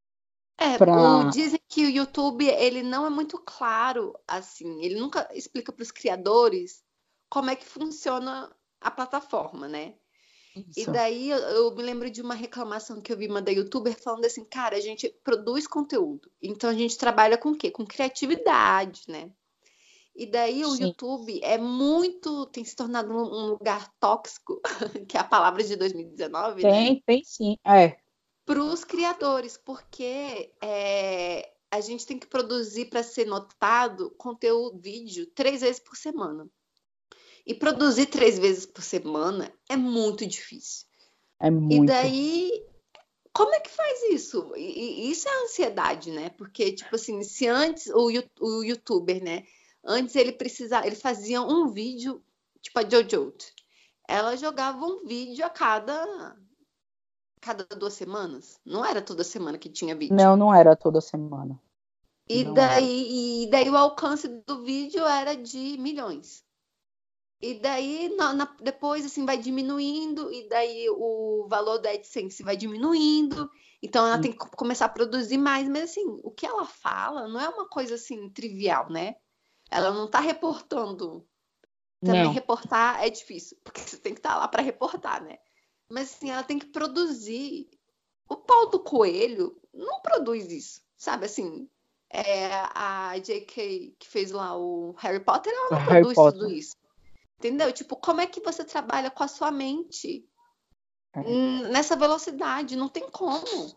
É, pra... o, dizem que o YouTube, ele não é muito claro, assim, ele nunca explica para os criadores como é que funciona a plataforma, né? Isso. E daí, eu, eu me lembro de uma reclamação que eu vi uma da youtuber falando assim, cara, a gente produz conteúdo, então a gente trabalha com o quê? Com criatividade, né? E daí o Sim. YouTube é muito, tem se tornado um, um lugar tóxico, que é a palavra de dois mil e dezenove, tem, né? Tem sim, é. Para os criadores, porque é, a gente tem que produzir para ser notado conteúdo, vídeo, três vezes por semana. E produzir três vezes por semana é muito difícil. É muito. E daí, como é que faz isso? E, e isso é ansiedade, né? Porque, tipo assim, se antes o, o youtuber, né? Antes ele precisava, ele fazia um vídeo, tipo a Jojo. Ela jogava um vídeo a cada, cada duas semanas. Não era toda semana que tinha vídeo. Não, não era toda semana. E daí, e daí o alcance do vídeo era de milhões. E daí, na, na, depois, assim, vai diminuindo, e daí o valor da AdSense vai diminuindo, então ela Sim. tem que começar a produzir mais, mas assim, o que ela fala não é uma coisa, assim, trivial, né? Ela não tá reportando. Também não. Reportar é difícil, porque você tem que estar lá para reportar, né? Mas, assim, ela tem que produzir. O Paulo Coelho não produz isso, sabe, assim... É, a J K que fez lá o Harry Potter, ela não Harry produz tudo Potter. isso. Entendeu? Tipo, como é que você trabalha com a sua mente É. nessa velocidade? Não tem como.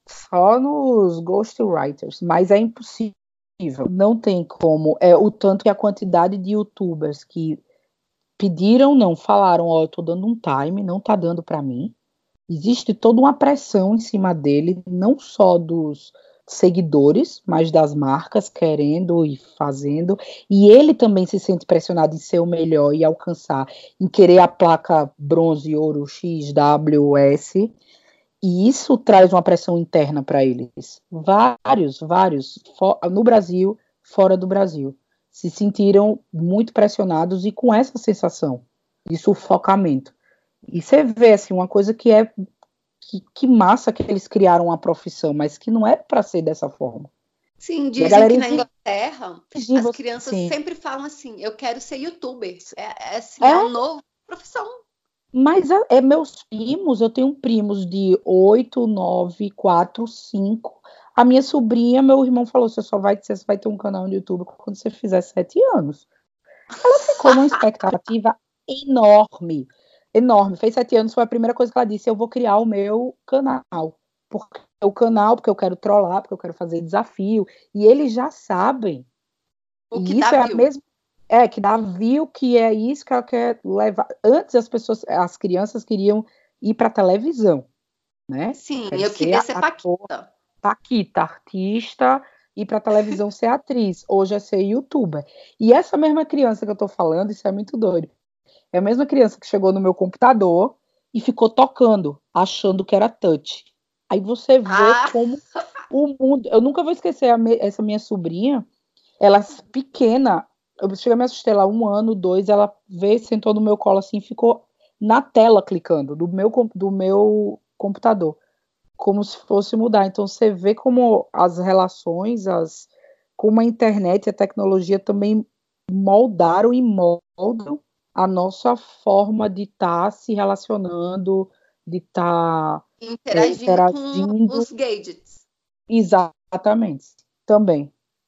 Só nos ghostwriters, mas é impossível. Não tem como. É o tanto que a quantidade de YouTubers que pediram, não, falaram, ó, oh, eu tô dando um time, não tá dando para mim. Existe toda uma pressão em cima dele, não só dos seguidores, mas das marcas querendo e fazendo. E ele também se sente pressionado em ser o melhor e alcançar, em querer a placa bronze, ouro, X, W, S. E isso traz uma pressão interna para eles. Vários, vários, no Brasil, fora do Brasil, se sentiram muito pressionados e com essa sensação de sufocamento. E você vê assim, uma coisa que é que, que massa que eles criaram uma profissão, mas que não é para ser dessa forma. Sim, dizem que na Inglaterra as crianças sim. sempre falam assim, eu quero ser youtuber. É, é, assim, é, é uma nova profissão. Mas é, é meus primos, eu tenho primos de oito, nove, quatro, cinco. A minha sobrinha, meu irmão falou, você só vai, você vai ter um canal no YouTube quando você fizer sete anos. Ela ficou numa expectativa enorme, enorme. Fez sete anos, foi a primeira coisa que ela disse, eu vou criar o meu canal. Porque o canal, porque eu quero trollar, porque eu quero fazer desafio. E eles já sabem. O que e isso dá é view. a mesma. É, que dá view, que é isso que ela quer levar. Antes as pessoas, as crianças queriam ir para a televisão, né? Sim, eu queria ser Paquita. Paquita, artista, ir para a televisão ser atriz. Hoje é ser youtuber. E essa mesma criança que eu tô falando, isso é muito doido. É a mesma criança que chegou no meu computador e ficou tocando, achando que era touch. Aí você vê ah. como o mundo... Eu nunca vou esquecer a me... essa minha sobrinha, ela pequena, eu cheguei a me assustar lá um ano, dois, ela veio, sentou no meu colo assim, ficou na tela clicando do meu, do meu computador, como se fosse mudar. Então você vê como as relações, as, como a internet e a tecnologia também moldaram e moldam a nossa forma de estar tá se relacionando, de estar tá, interagindo, é, interagindo com os gadgets. Exatamente, também.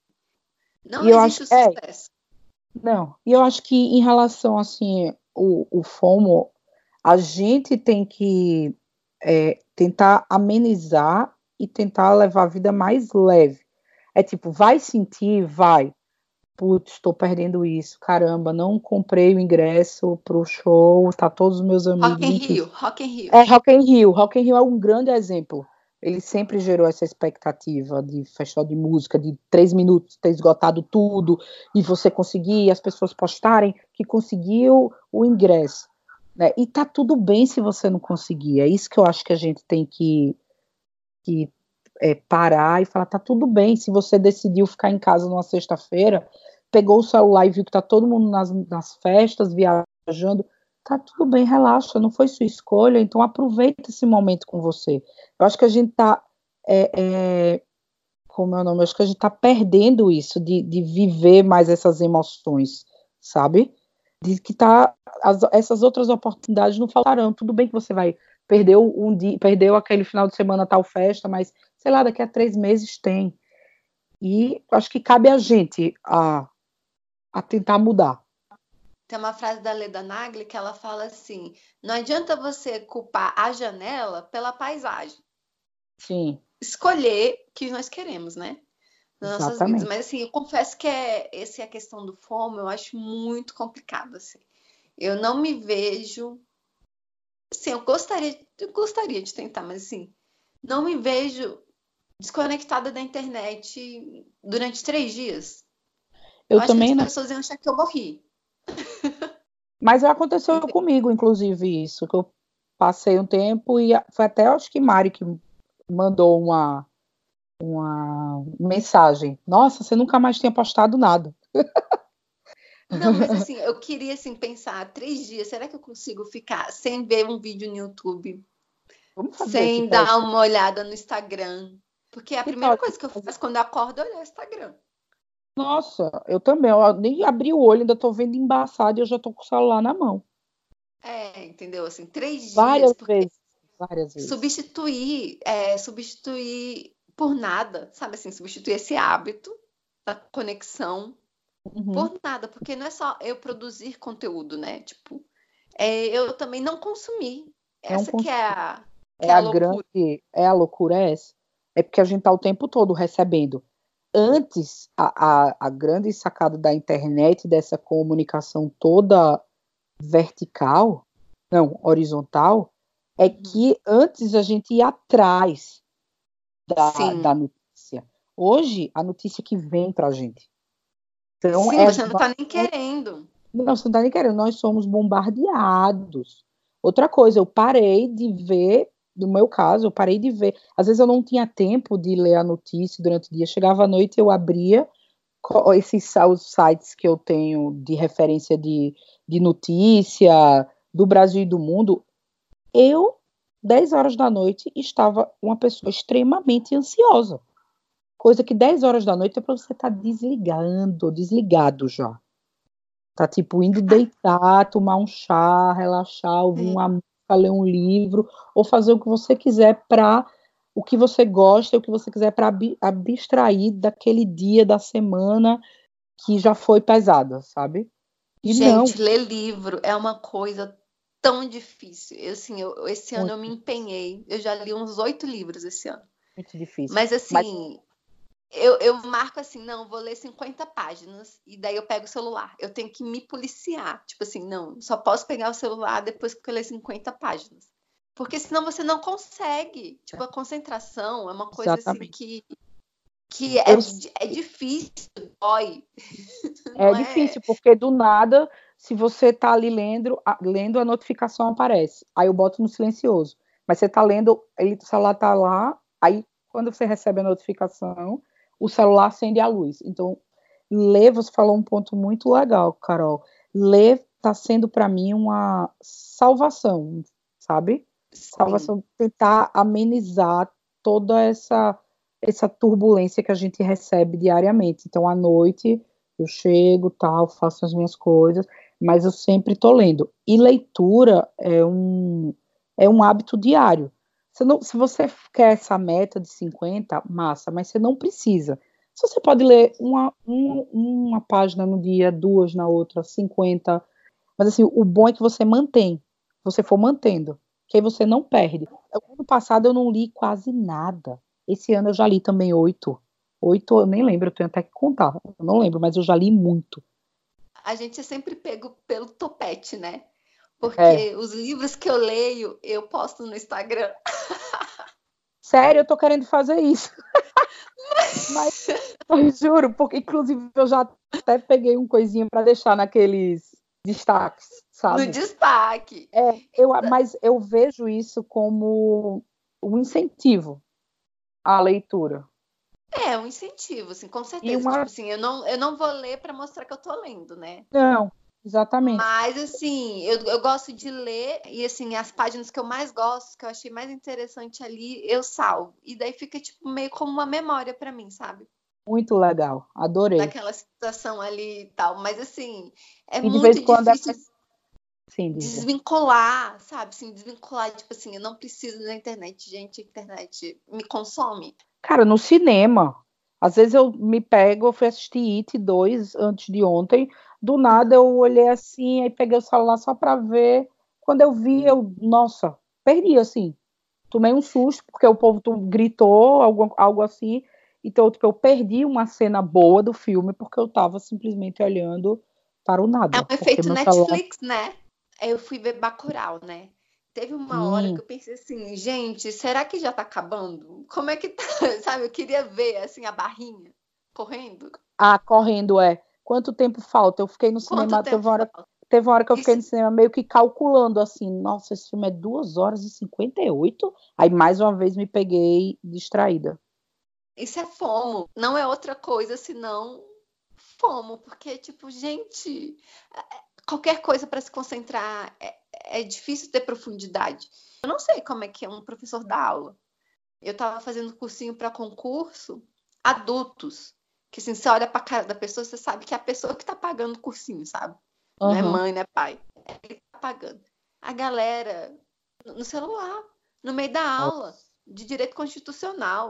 Não e existe eu acho, o sucesso. É, não, e eu acho que em relação assim, o, o FOMO, a gente tem que é, tentar amenizar e tentar levar a vida mais leve. É tipo, vai sentir, vai. Putz, estou perdendo isso, caramba, não comprei o ingresso pro show, tá todos os meus amigos. Rock in Rio, Rock in Rio. É, Rock in Rio, Rock in Rio é um grande exemplo. Ele sempre gerou essa expectativa de festival de música, de três minutos ter esgotado tudo, e você conseguir, as pessoas postarem que conseguiu o ingresso. Né? E tá tudo bem se você não conseguir, é isso que eu acho que a gente tem que, que é, parar e falar, tá tudo bem, se você decidiu ficar em casa numa sexta-feira, pegou o celular e viu que tá todo mundo nas, nas festas, viajando, tá tudo bem, relaxa, não foi sua escolha, então aproveita esse momento com você. Eu acho que a gente tá, é, é, como é o nome, eu acho que a gente tá perdendo isso, de, de viver mais essas emoções, sabe? De que tá, as, essas outras oportunidades não faltarão, tudo bem que você vai, perdeu um dia, perdeu aquele final de semana tal festa, mas sei lá, daqui a três meses tem. E acho que cabe a gente a, a tentar mudar. Tem uma frase da Leda Nagli que ela fala assim, não adianta você culpar a janela pela paisagem. Sim. Escolher o que nós queremos, né? Nas nossas Exatamente. vidas. Mas assim, eu confesso que é, essa é a questão do FOMO, eu acho muito complicado, assim. Eu não me vejo... Assim, eu gostaria, eu gostaria de tentar, mas assim, não me vejo desconectada da internet durante três dias. Eu, eu acho também que as não. pessoas iam achar que eu morri. Mas aconteceu Entendi. comigo, inclusive, isso, que eu passei um tempo e foi até, acho que Mari que mandou uma, uma mensagem. Nossa, você nunca mais tinha postado nada. Não, mas assim, eu queria assim, pensar, três dias, será que eu consigo ficar sem ver um vídeo no YouTube? Sem dar teste. uma olhada no Instagram? Porque a que primeira coisa que eu faço quando eu acordo é olhar o Instagram. Nossa, eu também, eu nem abri o olho, ainda tô vendo embaçado e eu já tô com o celular na mão. É, entendeu? Assim, três várias dias. Vezes, várias vezes. Substituir, é, substituir por nada, sabe assim, substituir esse hábito da conexão Uhum. por nada, porque não é só eu produzir conteúdo, né? Tipo, é eu também não consumir. Não Essa que cons- é a, que É é a a loucura. grande, é a loucura é essa. É porque a gente tá o tempo todo recebendo. Antes, a, a, a grande sacada da internet, dessa comunicação toda vertical, não, horizontal, é Uhum. que antes a gente ia atrás da, Sim. da notícia. Hoje, a notícia que vem pra gente. Então, Sim, é, você não tá nem querendo. não, você não tá nem querendo, nós somos bombardeados. Outra coisa, eu parei de ver, no meu caso, eu parei de ver. Às vezes eu não tinha tempo de ler a notícia durante o dia. Chegava à noite, eu abria co- esses os sites que eu tenho de referência de, de notícia do Brasil e do mundo. Eu, dez horas da noite, estava uma pessoa extremamente ansiosa. Coisa que dez horas da noite é para você estar desligando, desligado já. Tá tipo indo deitar, tomar um chá, relaxar, ouvir Sim. uma música, ler um livro, ou fazer o que você quiser para o que você gosta, o que você quiser para abstrair daquele dia da semana que já foi pesada, sabe? E não, Gente, ler livro é uma coisa tão difícil. Eu, assim, eu, esse ano eu me muito, empenhei. Eu já li uns oito livros esse ano. muito difícil. Mas Mas assim, eu, eu marco assim, não, vou ler cinquenta páginas e daí eu pego o celular. Eu tenho que me policiar. Tipo assim, não, só posso pegar o celular depois que eu ler cinquenta páginas. Porque senão você não consegue. Tipo, a concentração é uma coisa assim exatamente. que, que é, Eu, é difícil, dói. é Não é? difícil, porque do nada, se você tá ali lendo, a, lendo, a notificação aparece. Aí eu boto no silencioso. Mas você tá lendo, ele, o celular tá lá, aí quando você recebe a notificação, o celular acende a luz. Então, ler, você falou um ponto muito legal, Carol. Ler tá sendo para mim uma salvação, sabe? Sim. Salvação, tentar amenizar toda essa essa turbulência que a gente recebe diariamente. Então, à noite eu chego, tal, faço as minhas coisas, mas eu sempre estou lendo. E leitura é um, é um hábito diário. Você não, se você quer essa meta de cinquenta, massa, mas você não precisa. Se você pode ler uma, uma, uma página no dia, duas na outra, cinquenta. Mas assim, o bom é que você mantém. Você for mantendo, que aí você não perde. O ano passado eu não li quase nada. Esse ano eu já li também oito. Oito, eu nem lembro, eu tenho até que contar. Eu não lembro, mas eu já li muito. A gente é sempre pego pelo topete, né? É. Porque os livros que eu leio, eu posto no Instagram. Sério, eu tô querendo fazer isso. Mas eu juro, porque inclusive eu já até peguei um coisinho para deixar naqueles destaques, No sabe? destaque. É, eu, mas eu vejo isso como um incentivo à leitura. É um incentivo, assim, com E certeza. Tipo uma. assim, eu não, eu não vou ler para mostrar que eu tô lendo, né? Não, exatamente. Mas, assim, eu, eu gosto de ler e, assim, as páginas que eu mais gosto, que eu achei mais interessante ali, eu salvo. E daí fica, tipo, meio como uma memória para mim, sabe? Muito legal, adorei. Daquela situação ali e tal. Mas, assim, é E de vez muito em quando é difícil mais. Sim, diga. desvincular, sabe? Assim, desvincular, tipo assim, eu não preciso da internet, gente, a internet me consome. Cara, no cinema. Às vezes eu me pego, eu fui assistir It dois antes de ontem. Do nada Uhum. eu olhei assim, aí peguei o celular só pra ver. Quando eu vi, eu, nossa, perdi assim. Tomei um susto, porque o povo tu- gritou, algo, algo assim. Então, tipo, eu perdi uma cena boa do filme porque eu tava simplesmente olhando para o É nada. um Porque efeito meu celular. Netflix, né? Aí eu fui ver Bacurau, né? Teve uma hora que Sim. eu pensei assim, gente, será que já tá acabando? Como é que tá? Sabe, eu queria ver, assim, a barrinha correndo. Ah, correndo é. Quanto tempo falta? Eu fiquei no Quanto cinema, teve tempo uma hora, falta? teve uma hora que eu fiquei Isso, no cinema meio que calculando assim, nossa, esse filme é duas horas e cinquenta e oito. Aí mais uma vez me peguei distraída. isso é FOMO, não é outra coisa senão FOMO, porque, tipo, gente, qualquer coisa para se concentrar é, é difícil ter profundidade. Eu não sei como é que é um professor dá aula. Eu estava fazendo cursinho para concurso, adultos, que assim, você olha para a cara da pessoa, você sabe que é a pessoa que está pagando o cursinho, sabe? Não é Aham. mãe, não é pai. É ele que tá pagando. A galera no celular, no meio da aula, Nossa. de direito constitucional.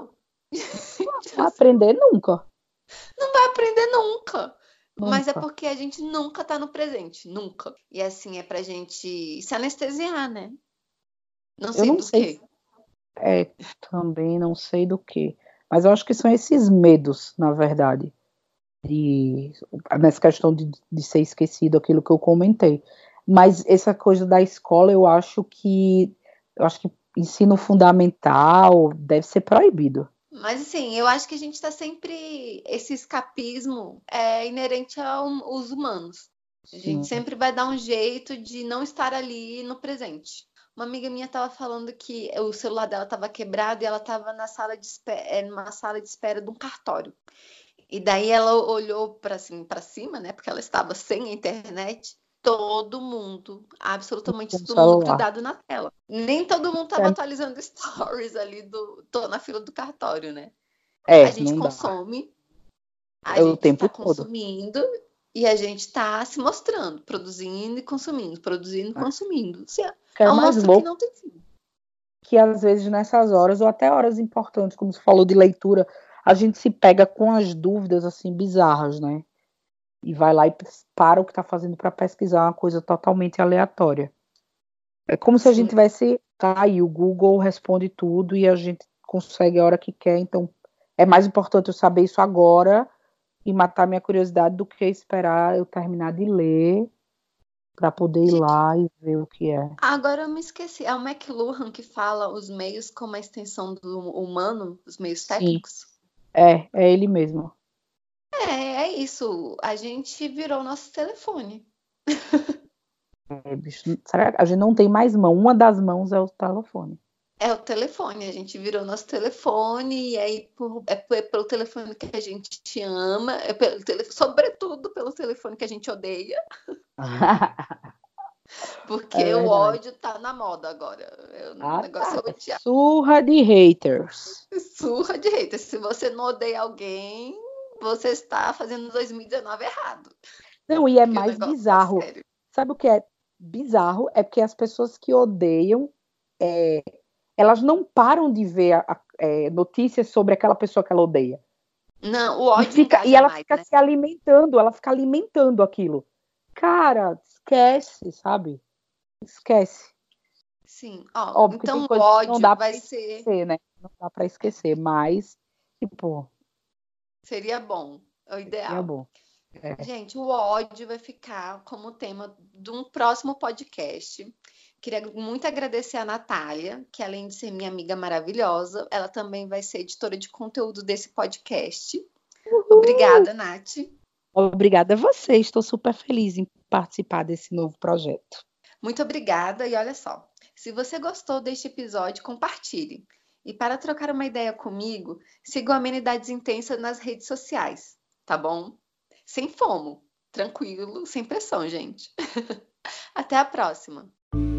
Não vai aprender nunca. Não vai aprender nunca. Nunca. Mas é porque a gente nunca tá no presente. Nunca. E assim, é pra gente se anestesiar, né? Não sei Eu não do sei. quê. É, também não sei do que. Mas eu acho que são esses medos, na verdade. De, nessa questão de, de ser esquecido, aquilo que eu comentei. Mas essa coisa da escola, eu acho que eu acho que ensino fundamental deve ser proibido. Mas assim, eu acho que a gente tá sempre. Esse escapismo é inerente aos humanos. A gente Sim. sempre vai dar um jeito de não estar ali no presente. Uma amiga minha estava falando que o celular dela estava quebrado e ela estava na sala de espera, numa sala de espera de um cartório. E daí ela olhou para assim, para cima, né? Porque ela estava sem internet. Todo mundo, absolutamente Com o todo mundo celular. grudado na tela. Nem todo mundo estava É, atualizando stories ali do. Tô na fila do cartório, né? A é, gente não dá. consome, a É o gente tempo está todo. consumindo e a gente está se mostrando, produzindo e consumindo, produzindo e consumindo. Assim, Que é é um mais monstro que louco não tem fim. que às vezes nessas horas, ou até horas importantes, como você falou de leitura, a gente se pega com as dúvidas assim bizarras, né? E vai lá e para o que está fazendo para pesquisar uma coisa totalmente aleatória. É como se a gente Sim. tivesse, tá aí, o Google responde tudo e a gente consegue a hora que quer, então é mais importante eu saber isso agora e matar minha curiosidade do que esperar eu terminar de ler para poder ir lá e ver o que é. Agora eu me esqueci. É o McLuhan que fala os meios como a extensão do humano, os meios Sim, técnicos. é, é ele mesmo. É, é isso. A gente virou nosso telefone. É, bicho, será que a gente não tem mais mão? Uma das mãos é o telefone. É o telefone, a gente virou nosso telefone, e aí por, é pelo telefone que a gente te ama, é pelo tele, sobretudo pelo telefone que a gente odeia, É porque o verdade. ódio tá na moda agora. É, o Ah, negócio tá. é odiar. Surra de haters. Surra de hater. Se você não odeia alguém, você está fazendo dois mil e dezenove errado. Não, e é Que o mais negócio tá bizarro. sério. Sabe o que é bizarro? É porque as pessoas que odeiam, é, elas não param de ver a- a- é, notícias sobre aquela pessoa que ela odeia. Não, o E, ódio fica, e engaja ela mais, fica né? se alimentando, ela fica alimentando aquilo. Cara, esquece, sabe? Esquece. Sim, ó, Óbvio que tem então o coisas que não ódio dá vai para ser. esquecer, né? Não dá para esquecer, mas, tipo, Seria bom, é o é ideal. bom. É. Gente, o ódio vai ficar como tema de um próximo podcast. Queria muito agradecer a Natália, que além de ser minha amiga maravilhosa, ela também vai ser editora de conteúdo desse podcast. Uhul! Obrigada, Nath. Obrigada a você, estou super feliz em participar desse novo projeto. Muito obrigada e olha só, se você gostou deste episódio, compartilhe. E para trocar uma ideia comigo, siga o Amenidades Intensas nas redes sociais, tá bom? Sem fomo, tranquilo, sem pressão, gente. Até a próxima!